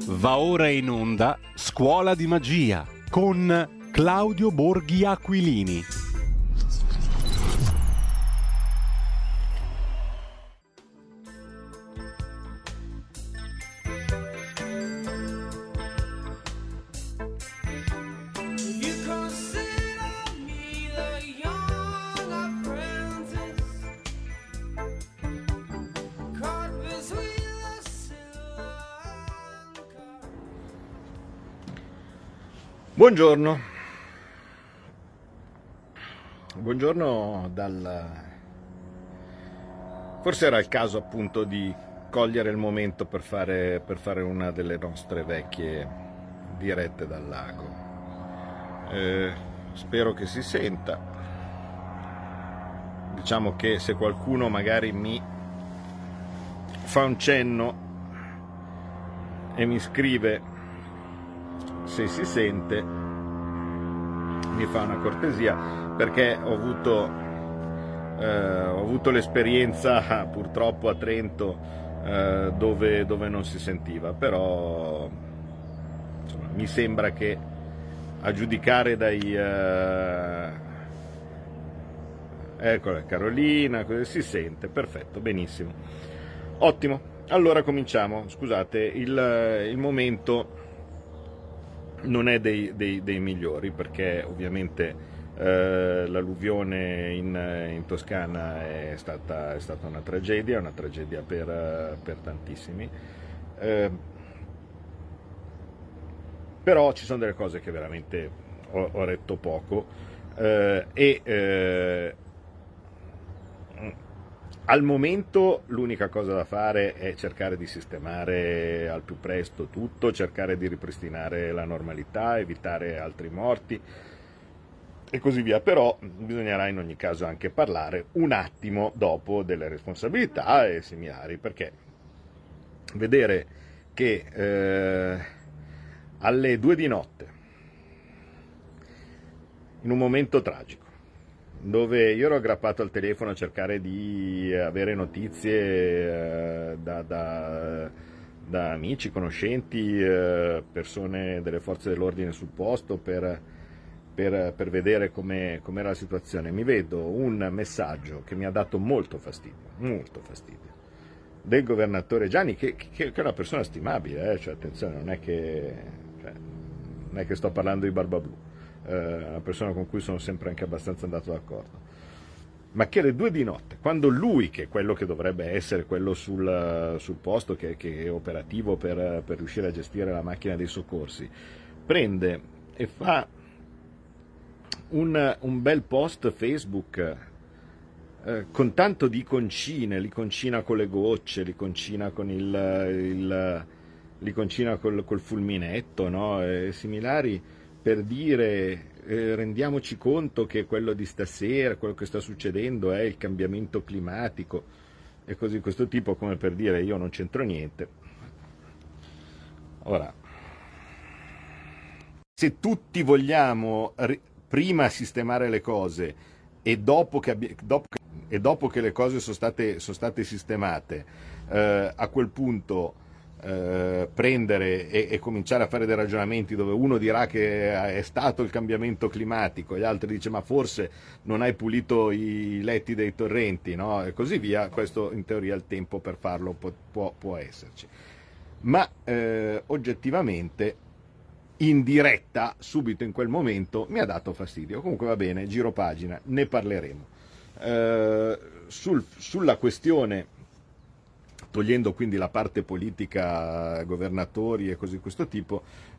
Va ora in onda Scuola di Magia con Claudio Borghi Aquilini. Buongiorno Forse era il caso appunto di cogliere il momento per fare una delle nostre vecchie dirette dal lago. Spero che si senta. Diciamo che se qualcuno magari mi fa un cenno e mi scrive se si sente, mi fa una cortesia, perché ho avuto l'esperienza purtroppo a Trento dove non si sentiva, però insomma, mi sembra che a giudicare dai eccola Carolina, si sente, perfetto, benissimo, ottimo. Allora cominciamo. Scusate, il momento non è dei migliori, perché ovviamente l'alluvione in Toscana è stata una tragedia per tantissimi, però ci sono delle cose che veramente ho retto poco, al momento l'unica cosa da fare è cercare di sistemare al più presto tutto, cercare di ripristinare la normalità, evitare altri morti e così via. Però bisognerà in ogni caso anche parlare un attimo dopo delle responsabilità e similari, perché vedere che alle 2 di notte, in un momento tragico, dove io ero aggrappato al telefono a cercare di avere notizie da amici, conoscenti, persone delle forze dell'ordine sul posto per vedere com'era la situazione, mi vedo un messaggio che mi ha dato molto fastidio, del governatore Gianni, che è una persona stimabile, cioè attenzione, non è che sto parlando di Barbablu, una persona con cui sono sempre anche abbastanza andato d'accordo, ma che alle 2 di notte, quando lui, che è quello che dovrebbe essere quello sul posto, che è operativo per riuscire a gestire la macchina dei soccorsi, prende e fa un bel post Facebook con tanto di iconcine, l'iconcina con le gocce, l'iconcina con l'iconcina col fulminetto, no? E similari, per dire rendiamoci conto che quello di stasera, quello che sta succedendo è il cambiamento climatico e così, questo tipo, come per dire io non c'entro niente. Ora, se tutti vogliamo prima sistemare le cose e dopo che le cose sono state sistemate, a quel punto prendere e cominciare a fare dei ragionamenti dove uno dirà che è stato il cambiamento climatico, gli altri dice ma forse non hai pulito i letti dei torrenti, no? E così via. Questo in teoria il tempo per farlo può esserci, ma oggettivamente in diretta subito in quel momento mi ha dato fastidio. Comunque va bene, giro pagina, ne parleremo. Sulla questione, togliendo quindi la parte politica, governatori e così questo tipo,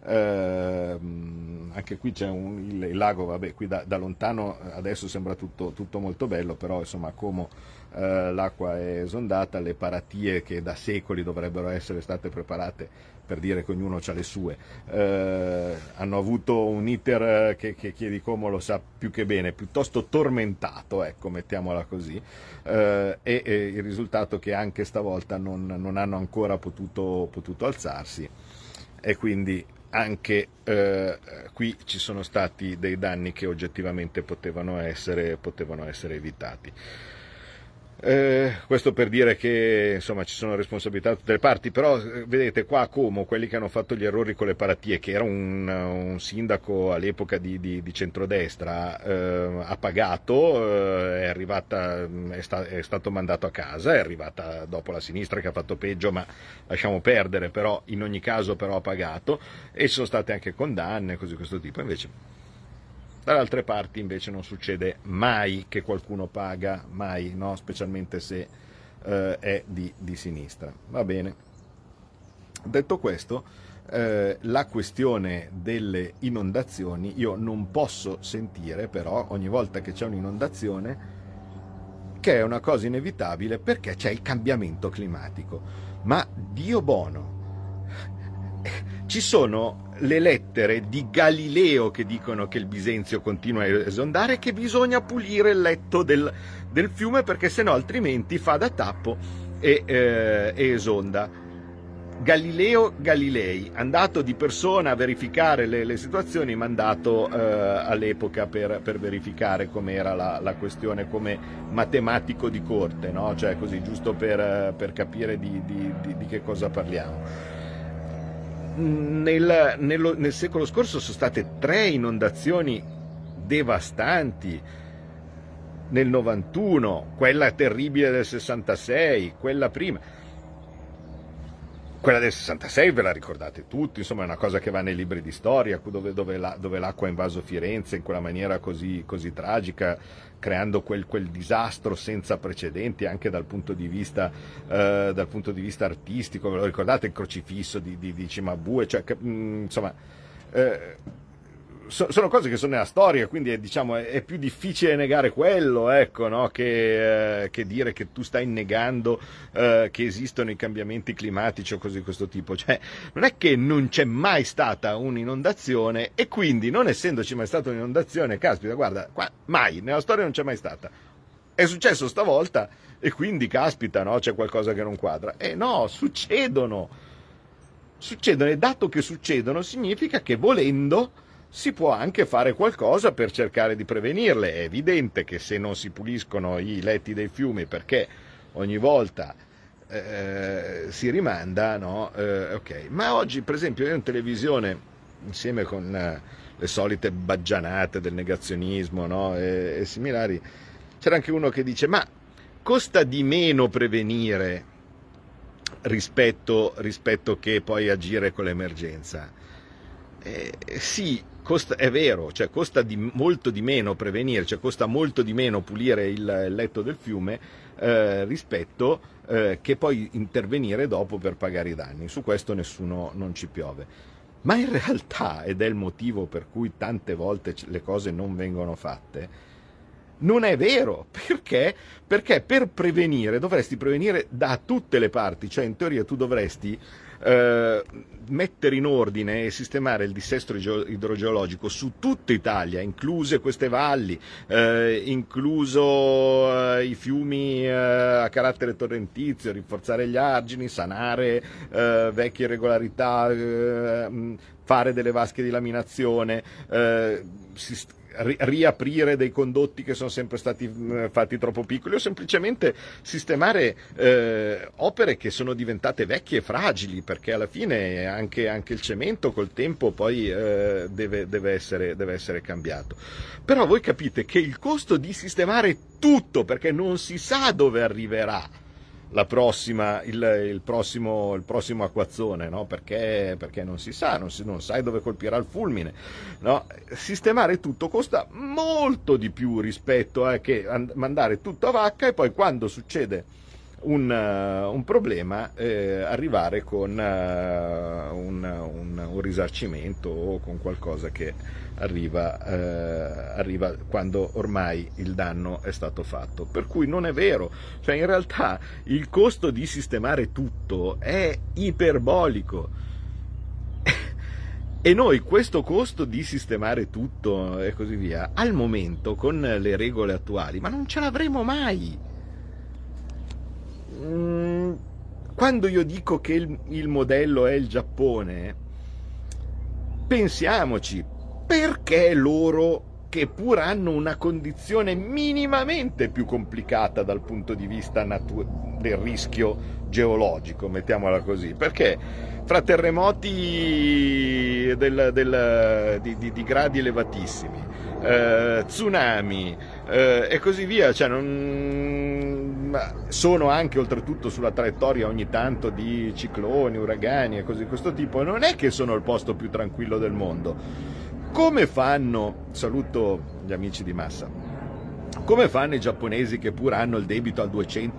anche qui c'è il lago, vabbè, qui da lontano adesso sembra tutto molto bello, però insomma Como l'acqua è esondata, le paratie che da secoli dovrebbero essere state preparate, per dire che ognuno ha le sue, hanno avuto un iter che chi di Como lo sa più che bene, piuttosto tormentato, ecco, mettiamola così, e il risultato che anche stavolta non hanno ancora potuto alzarsi, e quindi anche qui ci sono stati dei danni che oggettivamente potevano essere evitati. Questo per dire che insomma ci sono responsabilità da tutte le parti, però vedete qua a Como quelli che hanno fatto gli errori con le paratie, che era un sindaco all'epoca di centrodestra, ha pagato, è stato mandato a casa, è arrivata dopo la sinistra che ha fatto peggio, ma lasciamo perdere, però in ogni caso però ha pagato, e ci sono state anche condanne, così di questo tipo. Invece dalle altre parti invece non succede mai che qualcuno paga, mai, no? Specialmente se è di sinistra. Va bene. Detto questo, la questione delle inondazioni, io non posso sentire però ogni volta che c'è un'inondazione che è una cosa inevitabile perché c'è il cambiamento climatico. Ma Dio buono! Ci sono le lettere di Galileo che dicono che il Bisenzio continua a esondare e che bisogna pulire il letto del fiume perché sennò altrimenti fa da tappo e esonda. Galileo Galilei, andato di persona a verificare le situazioni, mandato all'epoca per verificare com'era la questione come matematico di corte, no? Cioè così, giusto per capire di che cosa parliamo. Nel secolo scorso sono state 3 inondazioni devastanti. Nel 91, quella terribile del 66, quella prima. Quella del 66 ve la ricordate tutti, insomma è una cosa che va nei libri di storia, dove l'acqua ha invaso Firenze in quella maniera così tragica, creando quel disastro senza precedenti anche dal punto di vista artistico. Ve lo ricordate il crocifisso di Cimabue? Cioè, insomma, sono cose che sono nella storia, quindi è più difficile negare quello, ecco, no? che dire che tu stai negando che esistono i cambiamenti climatici o cose di questo tipo. Cioè, non è che non c'è mai stata un'inondazione e quindi, non essendoci mai stata un'inondazione, caspita, guarda, qua mai, nella storia non c'è mai stata. È successo stavolta e quindi, caspita, no? C'è qualcosa che non quadra. No, succedono, e dato che succedono significa che volendo si può anche fare qualcosa per cercare di prevenirle. È evidente che se non si puliscono i letti dei fiumi perché ogni volta si rimanda, no? Ok. Ma oggi, per esempio, io in televisione, insieme con le solite baggianate del negazionismo, no? e similari, c'era anche uno che dice: ma costa di meno prevenire rispetto che poi agire con l'emergenza? Sì, è vero, cioè costa molto di meno prevenire, cioè costa molto di meno pulire il letto del fiume rispetto che poi intervenire dopo per pagare i danni. Su questo nessuno non ci piove. Ma in realtà, ed è il motivo per cui tante volte le cose non vengono fatte, non è vero. Perché? Perché per prevenire dovresti prevenire da tutte le parti, cioè in teoria tu dovresti mettere in ordine e sistemare il dissesto idrogeologico su tutta Italia, incluse queste valli, incluso i fiumi a carattere torrentizio, rinforzare gli argini, sanare vecchie irregolarità, fare delle vasche di laminazione, riaprire dei condotti che sono sempre stati fatti troppo piccoli, o semplicemente sistemare opere che sono diventate vecchie e fragili, perché alla fine anche il cemento col tempo poi deve essere cambiato. Però voi capite che il costo di sistemare tutto, perché non si sa dove arriverà il prossimo acquazzone, no? Perché non si sa, non sai dove colpirà il fulmine, no? Sistemare tutto costa molto di più rispetto a che mandare tutto a vacca e poi quando succede un problema arrivare con un risarcimento o con qualcosa che arriva quando ormai il danno è stato fatto. Per cui non è vero, cioè in realtà il costo di sistemare tutto è iperbolico e noi questo costo di sistemare tutto e così via al momento con le regole attuali ma non ce l'avremo mai. Quando io dico che il modello è il Giappone, pensiamoci, perché loro che pur hanno una condizione minimamente più complicata dal punto di vista del rischio geologico, mettiamola così, perché fra terremoti di gradi elevatissimi, tsunami e così via, cioè sono anche oltretutto sulla traiettoria ogni tanto di cicloni, uragani e cose di questo tipo, non è che sono il posto più tranquillo del mondo. Come fanno, saluto gli amici di Massa, come fanno i giapponesi che pur hanno il debito al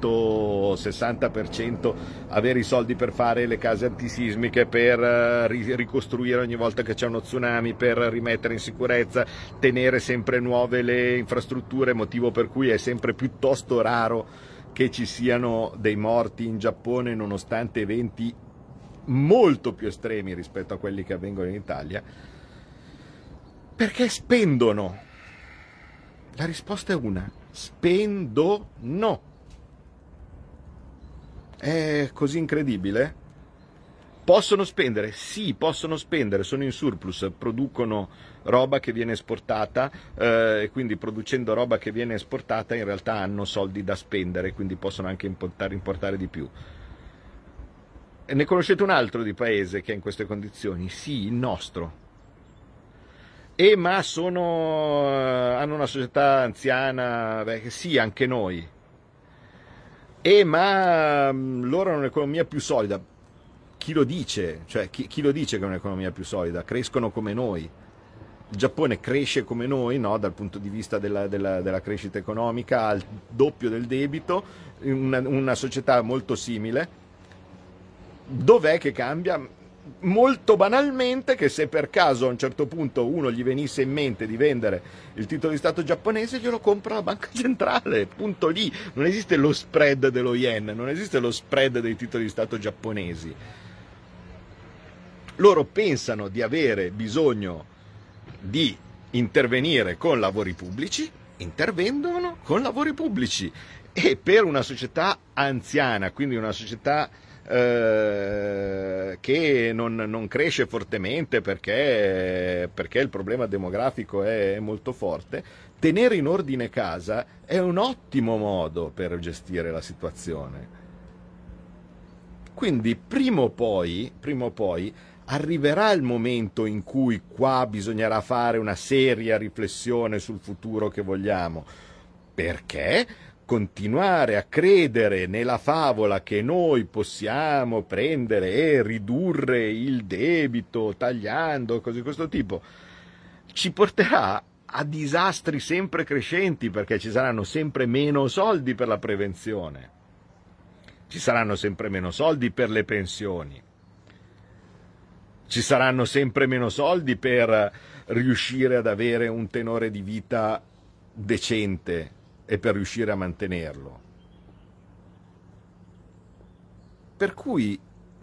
260%, avere i soldi per fare le case antisismiche, per ricostruire ogni volta che c'è uno tsunami, per rimettere in sicurezza, tenere sempre nuove le infrastrutture, motivo per cui è sempre piuttosto raro che ci siano dei morti in Giappone nonostante eventi molto più estremi rispetto a quelli che avvengono in Italia? Perché spendono. La risposta è una: spendono. È così incredibile? Possono spendere? Sì, possono spendere, sono in surplus, producono roba che viene esportata e quindi producendo roba che viene esportata in realtà hanno soldi da spendere, quindi possono anche importare di più. E ne conoscete un altro di paese che è in queste condizioni? Sì, il nostro. Ma hanno una società anziana, sì, anche noi. Ma loro hanno un'economia più solida. Chi lo dice? Cioè, chi lo dice che è un'economia più solida? Crescono come noi. Il Giappone cresce come noi, no? Dal punto di vista della crescita economica, al doppio del debito, una società molto simile. Dov'è che cambia? Molto banalmente, che se per caso a un certo punto uno gli venisse in mente di vendere il titolo di Stato giapponese, glielo compra la banca centrale, punto lì. Non esiste lo spread dello yen, non esiste lo spread dei titoli di Stato giapponesi. Loro pensano di avere bisogno di intervenire con lavori pubblici, intervengono con lavori pubblici, e per una società anziana, quindi una società che non cresce fortemente perché il problema demografico è molto forte, tenere in ordine casa è un ottimo modo per gestire la situazione. Quindi prima o poi arriverà il momento in cui qua bisognerà fare una seria riflessione sul futuro che vogliamo, perché continuare a credere nella favola che noi possiamo prendere e ridurre il debito tagliando, cose di questo tipo, ci porterà a disastri sempre crescenti, perché ci saranno sempre meno soldi per la prevenzione, ci saranno sempre meno soldi per le pensioni, ci saranno sempre meno soldi per riuscire ad avere un tenore di vita decente e per riuscire a mantenerlo. Per cui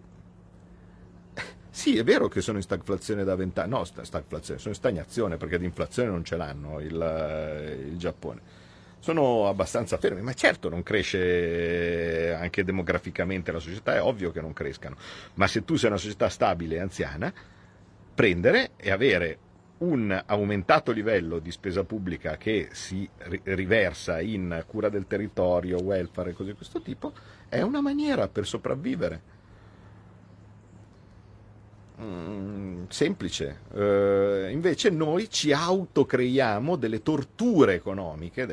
sì, è vero che sono in stagflazione da 20 anni, no, stagflazione, sono in stagnazione, perché di inflazione non ce l'hanno il Giappone. Sono abbastanza fermi, ma certo non cresce anche demograficamente la società, è ovvio che non crescano, ma se tu sei una società stabile e anziana, prendere e avere un aumentato livello di spesa pubblica che si riversa in cura del territorio, welfare e cose di questo tipo, è una maniera per sopravvivere. Semplice. Invece noi ci autocreiamo delle torture economiche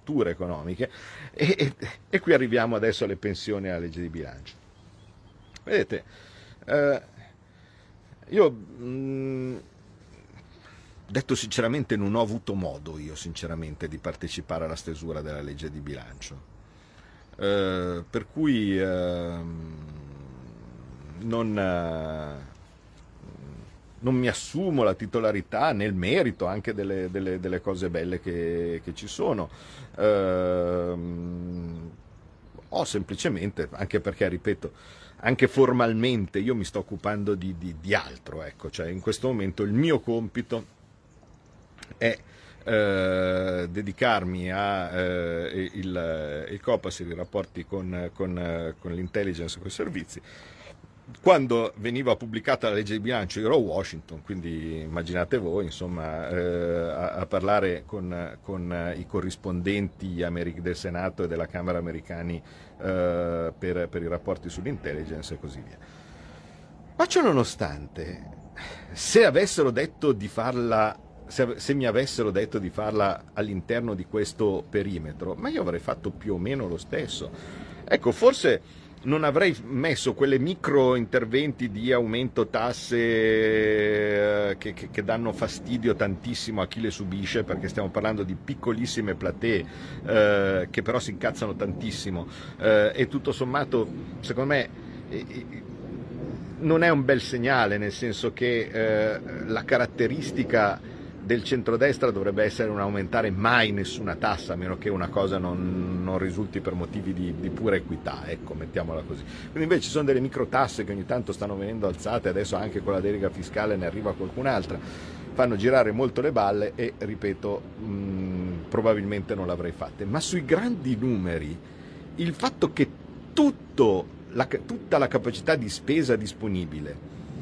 e qui arriviamo adesso alle pensioni e alla legge di bilancio. Vedete, io detto sinceramente non ho avuto modo sinceramente di partecipare alla stesura della legge di bilancio, per cui non mi assumo la titolarità nel merito anche delle cose belle che ci sono. Ho semplicemente, anche perché, ripeto, anche formalmente io mi sto occupando di altro, ecco, cioè in questo momento il mio compito è dedicarmi il COPASIR, i rapporti con l'intelligence e con i servizi, quando veniva pubblicata la legge di bilancio io ero a Washington, quindi immaginate voi, insomma, a parlare con i corrispondenti del Senato e della Camera americani per i rapporti sull'intelligence e così via. Ma ciò nonostante, se mi avessero detto di farla all'interno di questo perimetro, ma io avrei fatto più o meno lo stesso. Ecco, forse non avrei messo quelle micro interventi di aumento tasse che danno fastidio tantissimo a chi le subisce, perché stiamo parlando di piccolissime platee che però si incazzano tantissimo, e tutto sommato secondo me non è un bel segnale, nel senso che la caratteristica del centrodestra dovrebbe essere non aumentare mai nessuna tassa, a meno che una cosa non risulti per motivi di pura equità, ecco, mettiamola così. Quindi invece ci sono delle microtasse che ogni tanto stanno venendo alzate, adesso anche con la delega fiscale ne arriva qualcun'altra, fanno girare molto le balle e, ripeto, probabilmente non l'avrei fatta. Ma sui grandi numeri, il fatto che tutta la capacità di spesa disponibile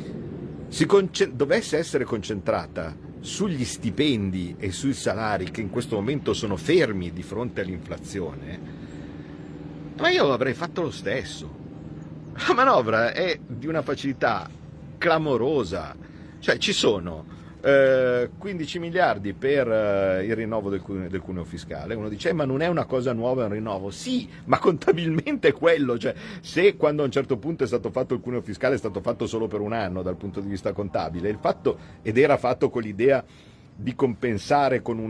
dovesse essere concentrata sugli stipendi e sui salari che in questo momento sono fermi di fronte all'inflazione, ma io avrei fatto lo stesso. La manovra è di una facilità clamorosa, cioè ci sono 15 miliardi per il rinnovo del cuneo fiscale. Uno dice ma non è una cosa nuova, è un rinnovo. Sì, ma contabilmente è quello, cioè se quando a un certo punto è stato fatto il cuneo fiscale è stato fatto solo per un anno dal punto di vista contabile, ed era fatto con l'idea di compensare con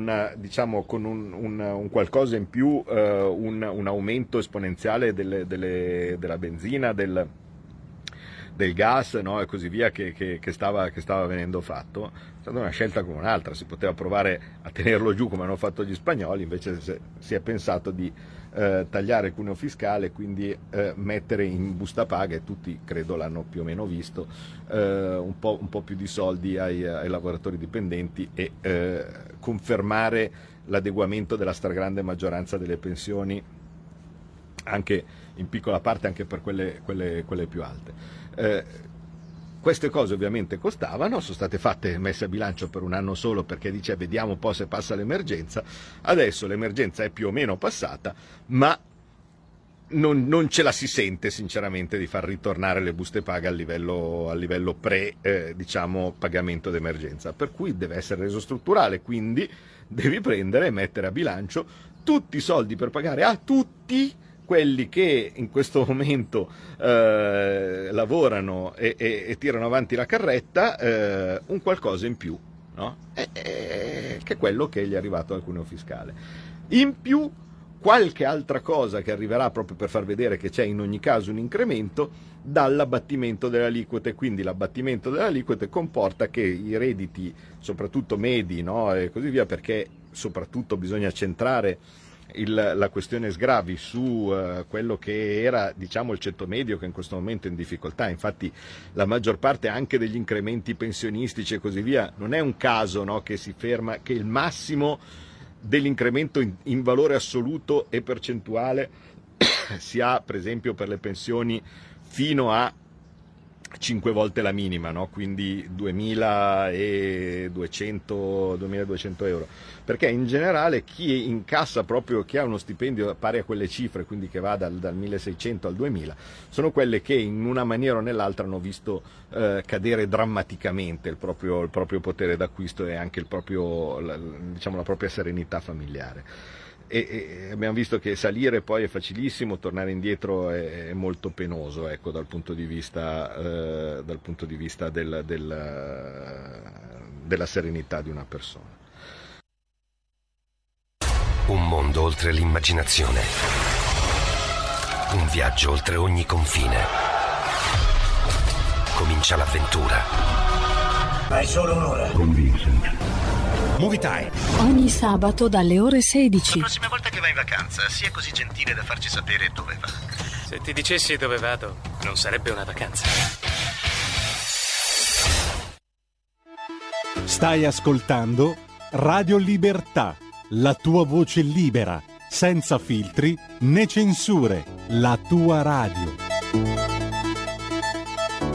un qualcosa in più, un aumento esponenziale della benzina, del gas, no, e così via, che stava venendo fatto. È stata una scelta come un'altra, si poteva provare a tenerlo giù come hanno fatto gli spagnoli, invece si è pensato di tagliare il cuneo fiscale, quindi mettere in busta paga, e tutti credo l'hanno più o meno visto, un po' più di soldi ai lavoratori dipendenti, e confermare l'adeguamento della stragrande maggioranza delle pensioni, anche in piccola parte anche per quelle più alte. Queste cose ovviamente costavano, sono state messe a bilancio per un anno solo, perché dice vediamo un po' se passa l'emergenza. Adesso l'emergenza è più o meno passata, ma non ce la si sente sinceramente di far ritornare le buste paga al livello pagamento d'emergenza, per cui deve essere reso strutturale, quindi devi prendere e mettere a bilancio tutti i soldi per pagare a tutti quelli che in questo momento lavorano e tirano avanti la carretta, un qualcosa in più, no? Che è quello che gli è arrivato al cuneo fiscale. In più qualche altra cosa che arriverà proprio per far vedere che c'è in ogni caso un incremento dall'abbattimento delle aliquote. Quindi l'abbattimento delle aliquote comporta che i redditi, soprattutto medi, no, e così via, perché soprattutto bisogna centrare la questione sgravi su quello che era, diciamo, il ceto medio, che in questo momento è in difficoltà. Infatti la maggior parte anche degli incrementi pensionistici e così via, non è un caso, no, che si ferma, che il massimo dell'incremento in valore assoluto e percentuale si ha per esempio per le pensioni fino a 5 volte la minima, no? Quindi 2.200 euro, perché in generale chi incassa proprio, chi ha uno stipendio pari a quelle cifre, quindi che va dal 1.600 al 2.000, sono quelle che in una maniera o nell'altra hanno visto cadere drammaticamente il proprio potere d'acquisto e anche la propria serenità familiare. E abbiamo visto che salire poi è facilissimo, tornare indietro è molto penoso, ecco, dal punto di vista della serenità di una persona. Un mondo oltre l'immaginazione, un viaggio oltre ogni confine. Comincia l'avventura. Hai solo un'ora Con Vincent. Movie Time. Ogni sabato dalle ore 16. La prossima volta che vai in vacanza, sia così gentile da farci sapere dove va. Se ti dicessi dove vado, non sarebbe una vacanza. Stai ascoltando Radio Libertà, la tua voce libera, senza filtri né censure, la tua radio.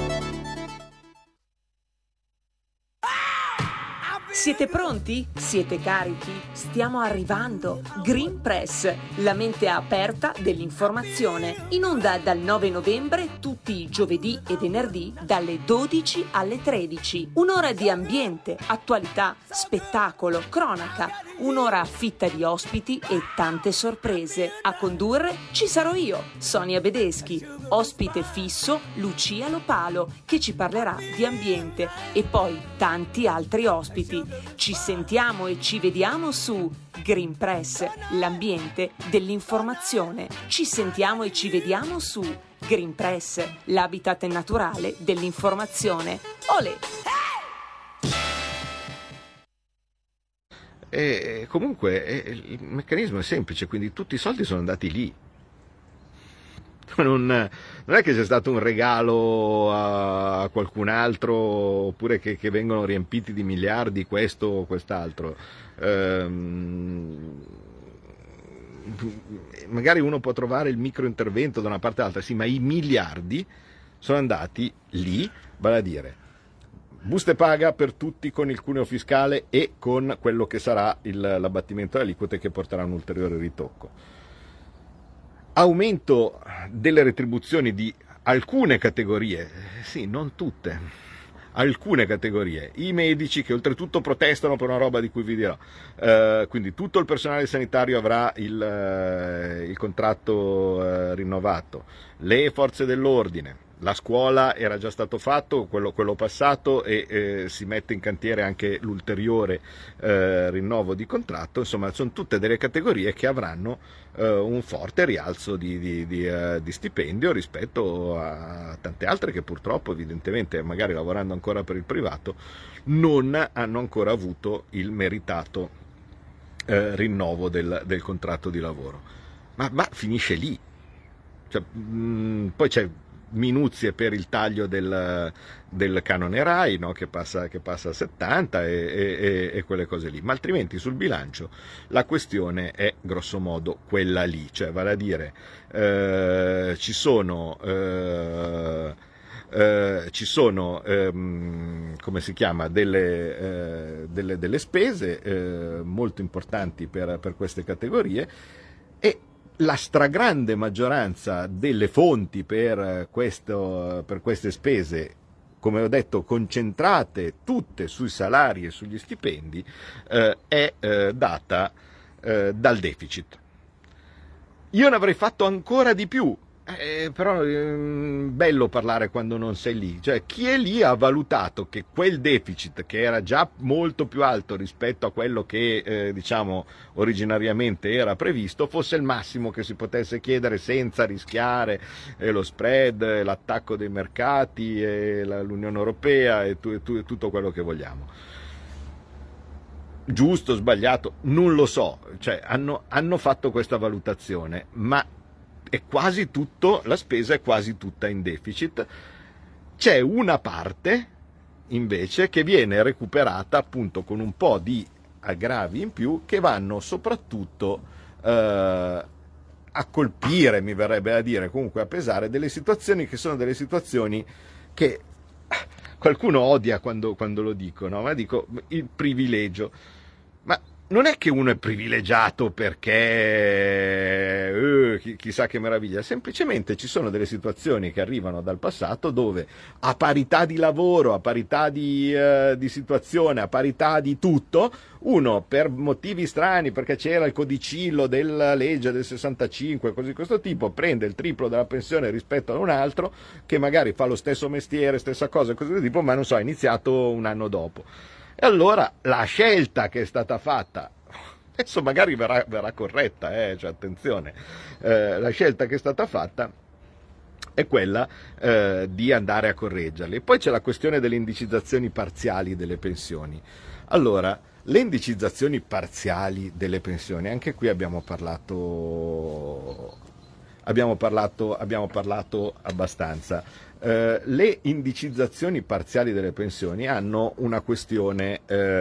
Siete pronti? Siete carichi? Stiamo arrivando. Green Press, la mente aperta dell'informazione. In onda dal 9 novembre, tutti i giovedì e venerdì, dalle 12 alle 13. Un'ora di ambiente, attualità, spettacolo, cronaca. Un'ora fitta di ospiti e tante sorprese. A condurre ci sarò io, Sonia Bedeschi. Ospite fisso, Lucia Lopalo, che ci parlerà di ambiente. E poi tanti altri ospiti. Ci sentiamo e ci vediamo su Green Press, l'ambiente dell'informazione. Ci sentiamo e ci vediamo su Green Press, l'habitat naturale dell'informazione. Olè! E comunque il meccanismo è semplice, quindi tutti i soldi sono andati lì. Non è che sia stato un regalo a qualcun altro, oppure che vengono riempiti di miliardi questo o quest'altro. Magari uno può trovare il microintervento da una parte all'altra, sì, ma i miliardi sono andati lì, vale a dire buste paga per tutti con il cuneo fiscale e con quello che sarà l'abbattimento delle aliquote, che porterà un ulteriore ritocco. Aumento delle retribuzioni di alcune categorie, sì, non tutte, alcune categorie. I medici, che oltretutto protestano per una roba di cui vi dirò, quindi tutto il personale sanitario avrà il contratto rinnovato, le forze dell'ordine. La scuola era già stato fatto, quello passato, e si mette in cantiere anche l'ulteriore rinnovo di contratto. Insomma, sono tutte delle categorie che avranno un forte rialzo di stipendio rispetto a tante altre che purtroppo, evidentemente, magari lavorando ancora per il privato, non hanno ancora avuto il meritato rinnovo del contratto di lavoro. Ma finisce lì. Cioè, poi c'è minuzie per il taglio del canone RAI, no? che passa a 70 e quelle cose lì, ma altrimenti sul bilancio la questione è grosso modo quella lì, cioè vale a dire ci sono come si chiama, delle spese molto importanti per queste categorie, e la stragrande maggioranza delle fonti per queste spese, come ho detto, concentrate tutte sui salari e sugli stipendi, è data dal deficit. Io ne avrei fatto ancora di più, però bello parlare quando non sei lì. Cioè, chi è lì ha valutato che quel deficit, che era già molto più alto rispetto a quello che diciamo originariamente era previsto, fosse il massimo che si potesse chiedere senza rischiare lo spread, l'attacco dei mercati, l'Unione Europea e tutto quello che vogliamo. Giusto, sbagliato, non lo so, cioè hanno fatto questa valutazione, ma è quasi tutto, la spesa è quasi tutta in deficit. C'è una parte invece che viene recuperata appunto con un po' di aggravi in più, che vanno soprattutto a colpire, mi verrebbe a dire, comunque a pesare, delle situazioni che sono delle situazioni che qualcuno odia quando lo dico, no? Ma dico il privilegio. Ma non è che uno è privilegiato perché chissà che meraviglia, semplicemente ci sono delle situazioni che arrivano dal passato dove, a parità di lavoro, a parità di situazione, a parità di tutto, uno per motivi strani, perché c'era il codicillo della legge del 65, così questo tipo, prende il triplo della pensione rispetto a un altro che magari fa lo stesso mestiere, stessa cosa, così di tipo, ma non so, è iniziato un anno dopo. E allora la scelta che è stata fatta, adesso magari verrà corretta, cioè attenzione, la scelta che è stata fatta è quella di andare a correggerli. Poi c'è la questione delle indicizzazioni parziali delle pensioni. Allora, le indicizzazioni parziali delle pensioni, anche qui abbiamo parlato abbastanza. Le indicizzazioni parziali delle pensioni hanno una questione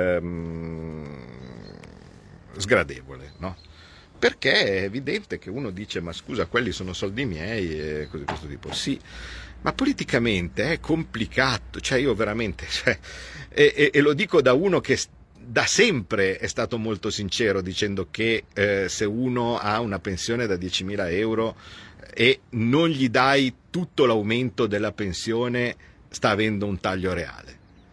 sgradevole, no? Perché è evidente che uno dice: ma scusa, quelli sono soldi miei, e così questo tipo. Sì, ma politicamente è complicato, cioè io veramente, e lo dico da uno che da sempre è stato molto sincero dicendo che se uno ha una pensione da 10.000 euro e non gli dai tutto l'aumento della pensione, sta avendo un taglio reale.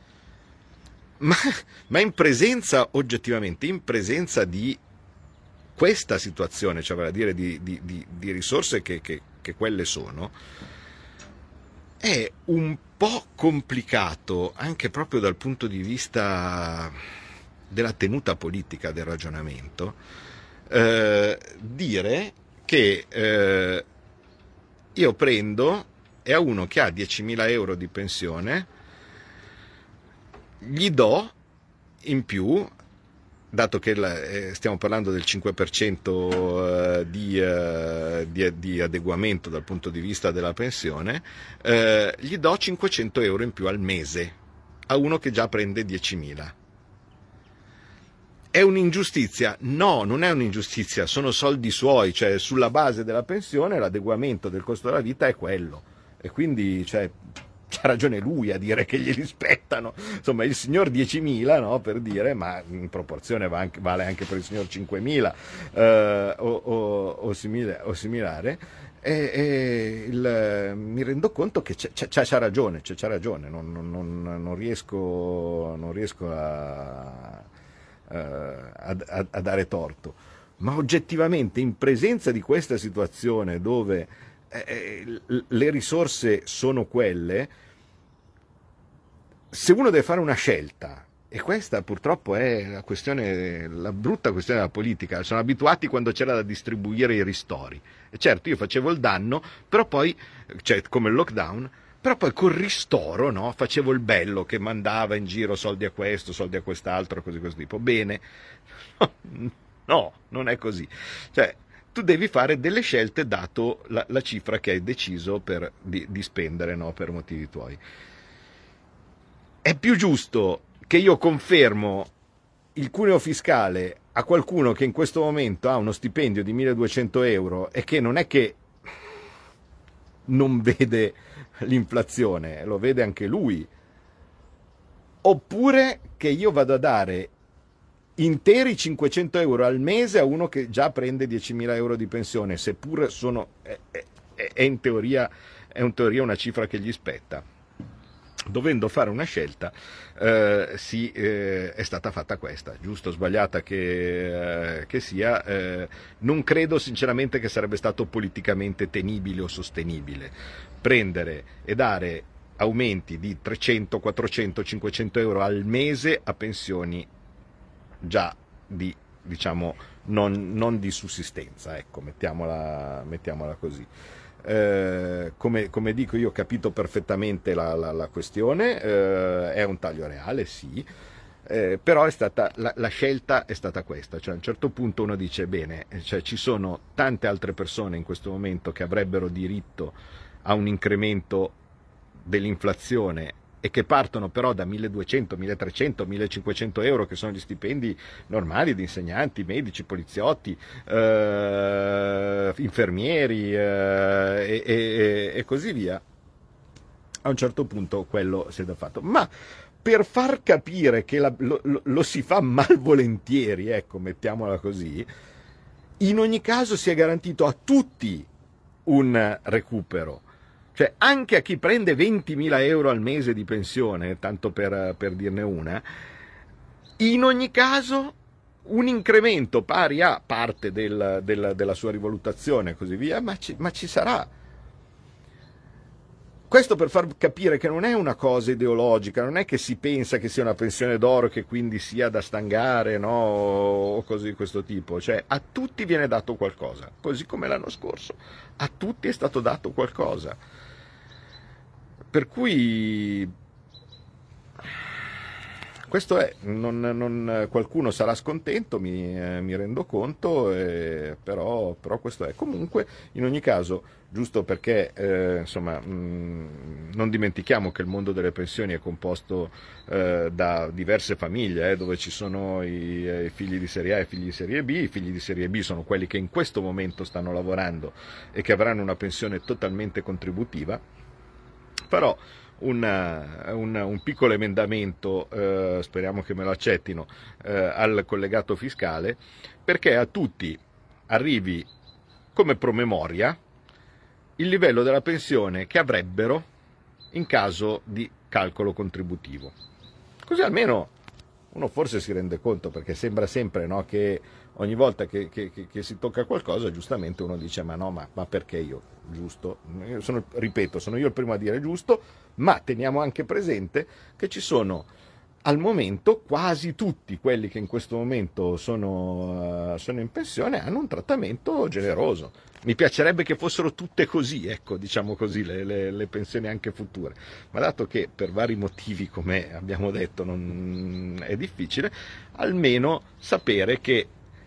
Ma in presenza, oggettivamente, in presenza di questa situazione, cioè vale a dire di risorse che quelle sono, è un po' complicato anche proprio dal punto di vista della tenuta politica del ragionamento, dire che io prendo e a uno che ha 10.000 euro di pensione gli do in più, dato che stiamo parlando del 5% di adeguamento dal punto di vista della pensione, gli do 500 euro in più al mese a uno che già prende 10.000. È un'ingiustizia? No, non è un'ingiustizia, sono soldi suoi, cioè sulla base della pensione l'adeguamento del costo della vita è quello, e quindi c'ha ragione lui a dire che glieli spettano. Insomma, il signor 10.000, no, per dire, ma in proporzione vale anche per il signor 5.000 o similare. Mi rendo conto che c'ha ragione, non riesco a dare torto, ma oggettivamente in presenza di questa situazione dove le risorse sono quelle, se uno deve fare una scelta, e questa purtroppo è la brutta questione della politica, sono abituati quando c'era da distribuire i ristori, e certo io facevo il danno, però poi, cioè come il lockdown, però poi col ristoro, no, facevo il bello che mandava in giro soldi a questo, soldi a quest'altro, così tipo. Bene, no, non è così, cioè tu devi fare delle scelte dato la cifra che hai deciso di spendere, no, per motivi tuoi. È più giusto che io confermo il cuneo fiscale a qualcuno che in questo momento ha uno stipendio di 1.200 euro e che non è che non vede l'inflazione, lo vede anche lui, oppure che io vado a dare interi 500 euro al mese a uno che già prende 10.000 euro di pensione, seppur è in teoria una cifra che gli spetta. Dovendo fare una scelta, è stata fatta questa, giusto o sbagliata che sia, non credo sinceramente che sarebbe stato politicamente tenibile o sostenibile prendere e dare aumenti di 300, 400, 500 euro al mese a pensioni già di, diciamo, non di sussistenza, ecco, mettiamola così. Come dico, io ho capito perfettamente la questione, è un taglio reale, sì, però la scelta è stata questa, cioè a un certo punto uno dice bene, cioè, ci sono tante altre persone in questo momento che avrebbero diritto a un incremento dell'inflazione e che partono però da 1.200, 1.300, 1.500 euro, che sono gli stipendi normali di insegnanti, medici, poliziotti, infermieri e così via. A un certo punto quello si è da fatto. Ma per far capire che lo si fa malvolentieri, ecco, mettiamola così, in ogni caso si è garantito a tutti un recupero. Cioè anche a chi prende 20.000 euro al mese di pensione, tanto per dirne una, in ogni caso un incremento pari a parte della sua rivalutazione e così via, ma ci sarà. Questo per far capire che non è una cosa ideologica, non è che si pensa che sia una pensione d'oro che quindi sia da stangare, no, o cose di questo tipo. Cioè a tutti viene dato qualcosa, così come l'anno scorso, a tutti è stato dato qualcosa. Per cui questo è, qualcuno sarà scontento, mi rendo conto, però questo è. Comunque, in ogni caso, giusto perché, insomma, non dimentichiamo che il mondo delle pensioni è composto da diverse famiglie, dove ci sono i figli di serie A e figli di serie B. I figli di serie B sono quelli che in questo momento stanno lavorando e che avranno una pensione totalmente contributiva. Però un piccolo emendamento, speriamo che me lo accettino, al collegato fiscale, perché a tutti arrivi come promemoria il livello della pensione che avrebbero in caso di calcolo contributivo. Così almeno uno forse si rende conto, perché sembra sempre, no, che ogni volta che si tocca qualcosa, giustamente uno dice ma perché io? Giusto? Ripeto, sono io il primo a dire giusto, ma teniamo anche presente che ci sono al momento quasi tutti quelli che in questo momento sono in pensione hanno un trattamento generoso. Mi piacerebbe che fossero tutte così, ecco, diciamo così, le pensioni anche future, ma dato che per vari motivi, come abbiamo detto, non è difficile, almeno sapere che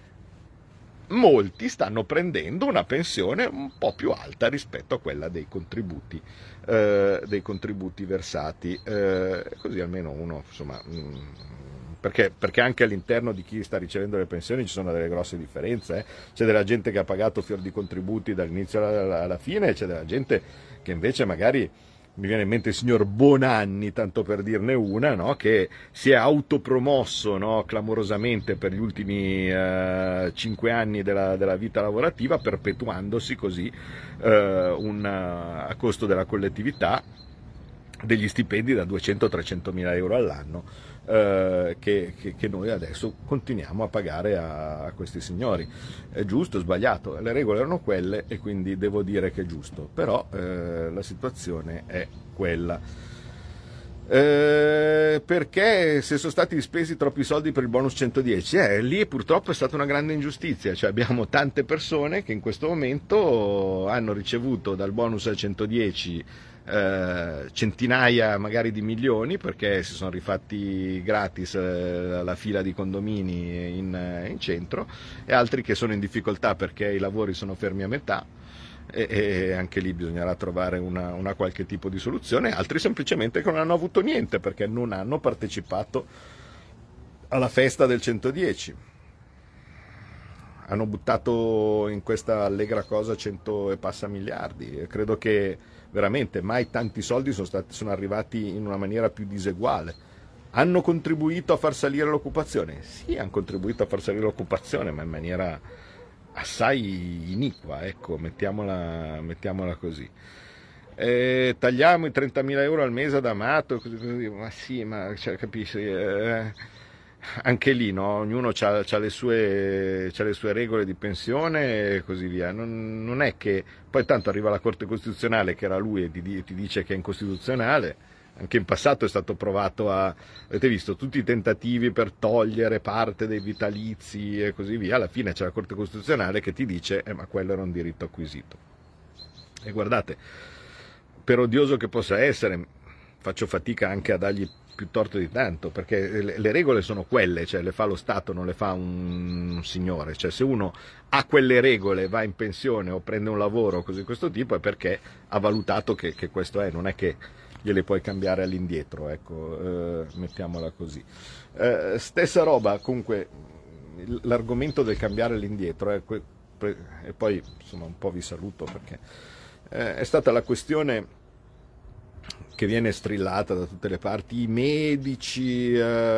molti stanno prendendo una pensione un po' più alta rispetto a quella dei contributi versati, così almeno uno, insomma, perché anche all'interno di chi sta ricevendo le pensioni ci sono delle grosse differenze, C'è della gente che ha pagato fior di contributi dall'inizio alla fine, e c'è della gente che invece magari, mi viene in mente il signor Bonanni, tanto per dirne una, no? Che si è autopromosso, no? Clamorosamente per gli ultimi 5 anni della vita lavorativa, perpetuandosi così a costo della collettività degli stipendi da 200-300 mila euro all'anno, che noi adesso continuiamo a pagare a questi signori. È giusto o sbagliato? Le regole erano quelle e quindi devo dire che è giusto, però la situazione è quella. Perché se sono stati spesi troppi soldi per il bonus 110, lì purtroppo è stata una grande ingiustizia, cioè abbiamo tante persone che in questo momento hanno ricevuto dal bonus al 110 centinaia magari di milioni, perché si sono rifatti gratis la fila di condomini in centro, e altri che sono in difficoltà perché i lavori sono fermi a metà, e anche lì bisognerà trovare una qualche tipo di soluzione. Altri semplicemente che non hanno avuto niente perché non hanno partecipato alla festa del 110, hanno buttato in questa allegra cosa 100 e passa miliardi, e credo che veramente mai tanti soldi sono arrivati in una maniera più diseguale. Hanno contribuito a far salire l'occupazione? Sì, hanno contribuito a far salire l'occupazione, ma in maniera assai iniqua, ecco, mettiamola così. Tagliamo i 30.000 euro al mese ad Amato, così, ma sì, ma cioè, capisci? Anche lì, no? Ognuno ha le sue regole di pensione e così via. Non è che poi tanto arriva la Corte Costituzionale, che era lui, e ti dice che è incostituzionale. Anche in passato è stato provato avete visto, tutti i tentativi per togliere parte dei vitalizi e così via. Alla fine c'è la Corte Costituzionale che ti dice ma quello era un diritto acquisito. E guardate, per odioso che possa essere, faccio fatica anche a dargli più torto di tanto, perché le regole sono quelle, cioè le fa lo Stato, non le fa un signore. Cioè se uno ha quelle regole, va in pensione o prende un lavoro così di questo tipo, è perché ha valutato che questo è, non è che gliele puoi cambiare all'indietro, ecco, mettiamola così. Stessa roba, comunque, l'argomento del cambiare all'indietro, e poi insomma un po' vi saluto, perché è stata la questione che viene strillata da tutte le parti: i medici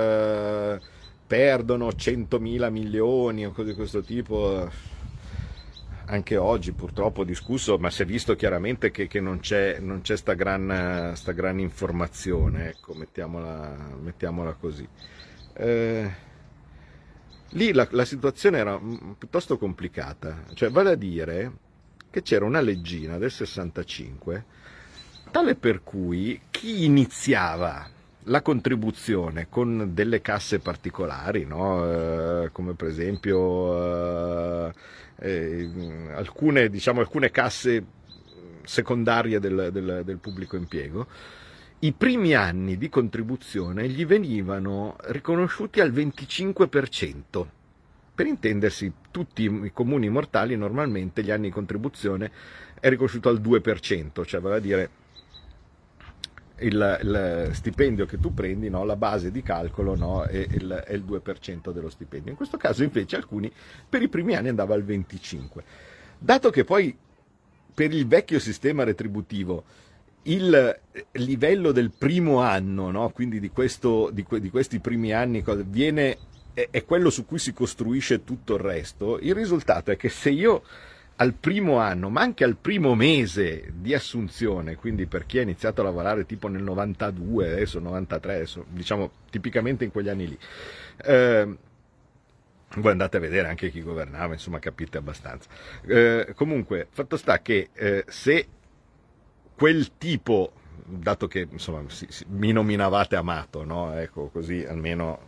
perdono 100.000 milioni o cose di questo tipo. Anche oggi purtroppo discusso, ma si è visto chiaramente che non c'è sta gran informazione, ecco, mettiamola così. Lì la situazione era piuttosto complicata, cioè vale a dire che c'era una leggina del 65 tale per cui chi iniziava la contribuzione con delle casse particolari, no? Come per esempio alcune casse secondarie del pubblico impiego, i primi anni di contribuzione gli venivano riconosciuti al 25%. Per intendersi, tutti i comuni mortali normalmente gli anni di contribuzione è riconosciuto al 2%, cioè vale a dire il stipendio che tu prendi, no? La base di calcolo, no? è il 2% dello stipendio. In questo caso invece alcuni per i primi anni andava al 25%. Dato che poi per il vecchio sistema retributivo il livello del primo anno, no? Quindi di questi primi anni è quello su cui si costruisce tutto il resto. Il risultato è che se io al primo anno, ma anche al primo mese di assunzione, quindi per chi ha iniziato a lavorare tipo nel 92, adesso 93, adesso, diciamo tipicamente in quegli anni lì, voi andate a vedere anche chi governava, insomma capite abbastanza. Comunque, fatto sta che se quel tipo, dato che insomma mi nominavate amato, no? Ecco, così almeno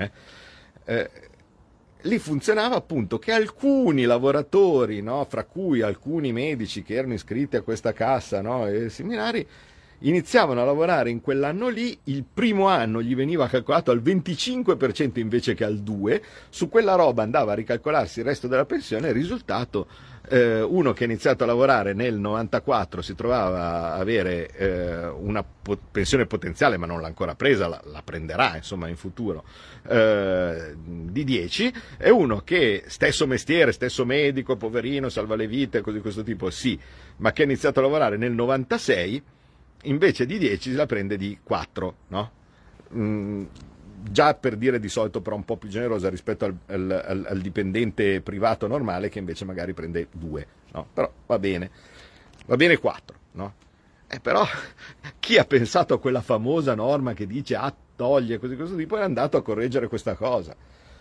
lì funzionava appunto che alcuni lavoratori, no? Fra cui alcuni medici che erano iscritti a questa cassa, no? E seminari, iniziavano a lavorare in quell'anno lì, il primo anno gli veniva calcolato al 25% invece che al 2%, su quella roba andava a ricalcolarsi il resto della pensione, il risultato, uno che ha iniziato a lavorare nel 94 si trovava a avere una pensione potenziale, ma non l'ha ancora presa, la prenderà insomma in futuro, di 10, e uno che stesso mestiere, stesso medico, poverino, salva le vite, così di questo tipo, sì, ma che ha iniziato a lavorare nel 96, invece di 10 la prende di 4, no? Già per dire di solito però un po' più generosa rispetto al dipendente privato normale che invece magari prende 2, no? Però va bene 4, no? Però chi ha pensato a quella famosa norma che dice toglie così questo tipo è andato a correggere questa cosa.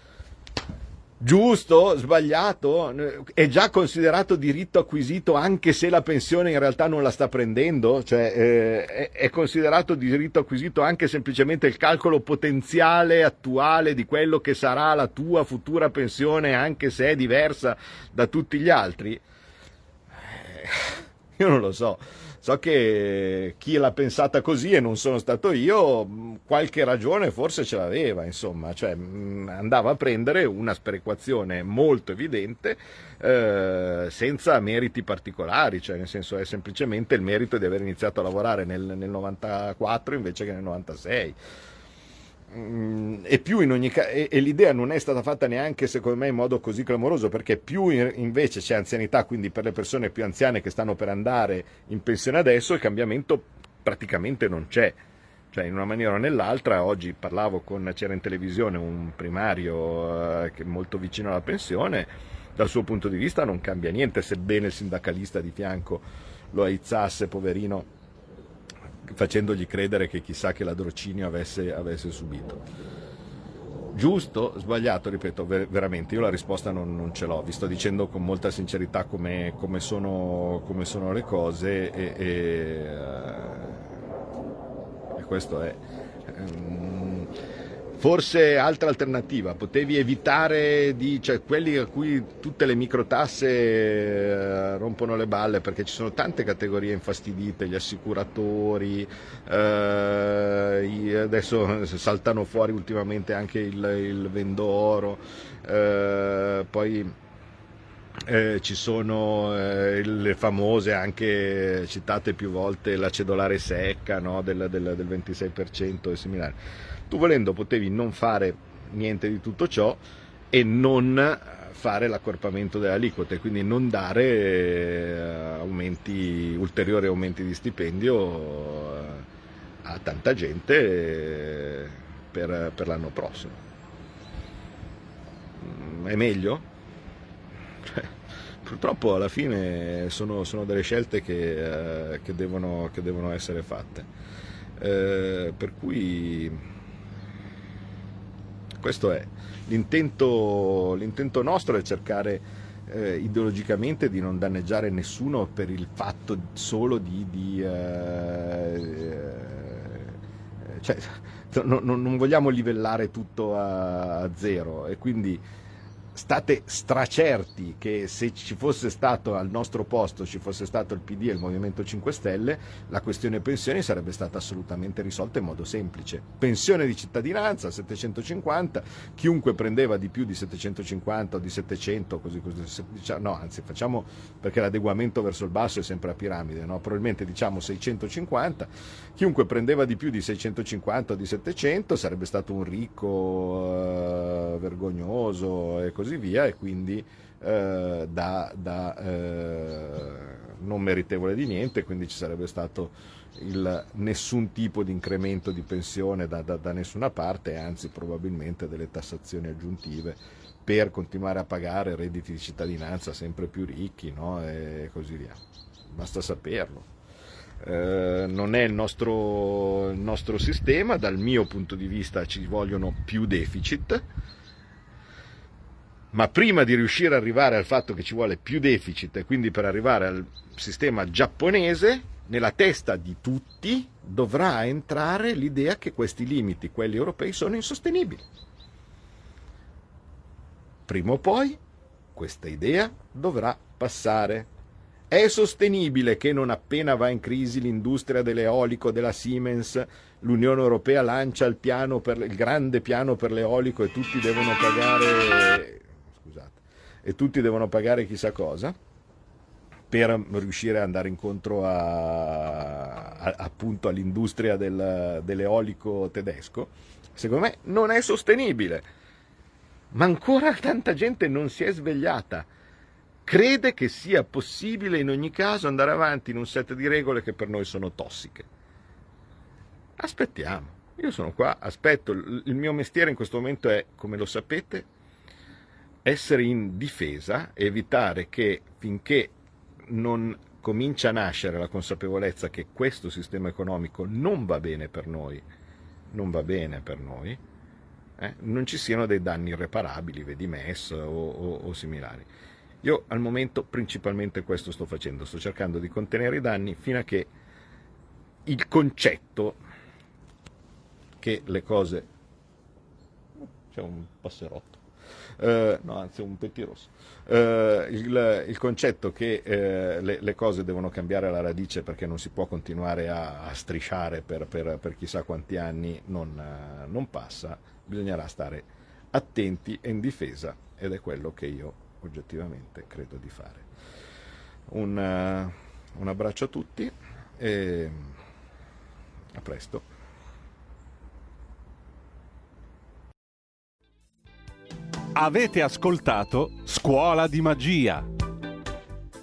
Giusto? Sbagliato? È già considerato diritto acquisito anche se la pensione in realtà non la sta prendendo? Cioè è considerato diritto acquisito anche semplicemente il calcolo potenziale attuale di quello che sarà la tua futura pensione anche se è diversa da tutti gli altri? Io non lo so. So che chi l'ha pensata così, e non sono stato io, qualche ragione forse ce l'aveva, insomma, cioè andava a prendere una sperequazione molto evidente senza meriti particolari, cioè nel senso è semplicemente il merito di aver iniziato a lavorare nel 94 invece che nel 96. E più in ogni caso, e l'idea non è stata fatta neanche secondo me in modo così clamoroso, perché più invece c'è anzianità, quindi per le persone più anziane che stanno per andare in pensione adesso il cambiamento praticamente non c'è, cioè in una maniera o nell'altra. Oggi c'era in televisione un primario che è molto vicino alla pensione, dal suo punto di vista non cambia niente, sebbene il sindacalista di fianco lo aizzasse, poverino, facendogli credere che chissà che ladrocinio avesse subito. Giusto? Sbagliato? Ripeto, veramente io la risposta non ce l'ho. Vi sto dicendo con molta sincerità come sono le cose e questo è. Forse altra alternativa, potevi evitare cioè quelli a cui tutte le microtasse rompono le balle, perché ci sono tante categorie infastidite, gli assicuratori, adesso saltano fuori ultimamente anche il vendoro, poi ci sono le famose, anche citate più volte, la cedolare secca, no? del 26% e similari. Tu volendo potevi non fare niente di tutto ciò e non fare l'accorpamento delle aliquote, quindi non dare ulteriori aumenti di stipendio a tanta gente per l'anno prossimo. È meglio? Purtroppo alla fine sono delle scelte che devono essere fatte, per cui questo è l'intento nostro, è cercare ideologicamente di non danneggiare nessuno per il fatto solo cioè, non vogliamo livellare tutto a zero, e quindi state stracerti che se ci fosse stato al nostro posto, ci fosse stato il PD e il Movimento 5 Stelle, la questione pensioni sarebbe stata assolutamente risolta in modo semplice. Pensione di cittadinanza 750, chiunque prendeva di più di 750 o di 700, così no, anzi facciamo, perché l'adeguamento verso il basso è sempre a piramide, no? Probabilmente diciamo 650, chiunque prendeva di più di 650 o di 700 sarebbe stato un ricco vergognoso e così via, e quindi non meritevole di niente, quindi ci sarebbe stato nessun tipo di incremento di pensione da nessuna parte, anzi probabilmente delle tassazioni aggiuntive per continuare a pagare redditi di cittadinanza sempre più ricchi, no? E così via. Basta saperlo. Non è il nostro sistema. Dal mio punto di vista ci vogliono più deficit, ma prima di riuscire ad arrivare al fatto che ci vuole più deficit, e quindi per arrivare al sistema giapponese, nella testa di tutti dovrà entrare l'idea che questi limiti, quelli europei, sono insostenibili. Prima o poi questa idea dovrà passare. È sostenibile che non appena va in crisi l'industria dell'eolico della Siemens, l'Unione Europea lancia il grande piano per l'eolico e tutti devono pagare chissà cosa per riuscire ad andare incontro appunto all'industria dell'eolico tedesco? Secondo me non è sostenibile, ma ancora tanta gente non si è svegliata. Crede che sia possibile in ogni caso andare avanti in un set di regole che per noi sono tossiche. Aspettiamo, io sono qua, aspetto. Il mio mestiere in questo momento è, come lo sapete, essere in difesa, evitare che finché non comincia a nascere la consapevolezza che questo sistema economico non va bene per noi, non ci siano dei danni irreparabili, vedi MES o similari. Io al momento principalmente questo sto facendo, sto cercando di contenere i danni fino a che il concetto che le cose... C'è un passerotto, anzi un petirosso. Il concetto che le cose devono cambiare alla radice perché non si può continuare a strisciare per chissà quanti anni non passa, bisognerà stare attenti e in difesa, ed è quello che io oggettivamente credo di fare. Un abbraccio a tutti e a presto. Avete ascoltato Scuola di Magia.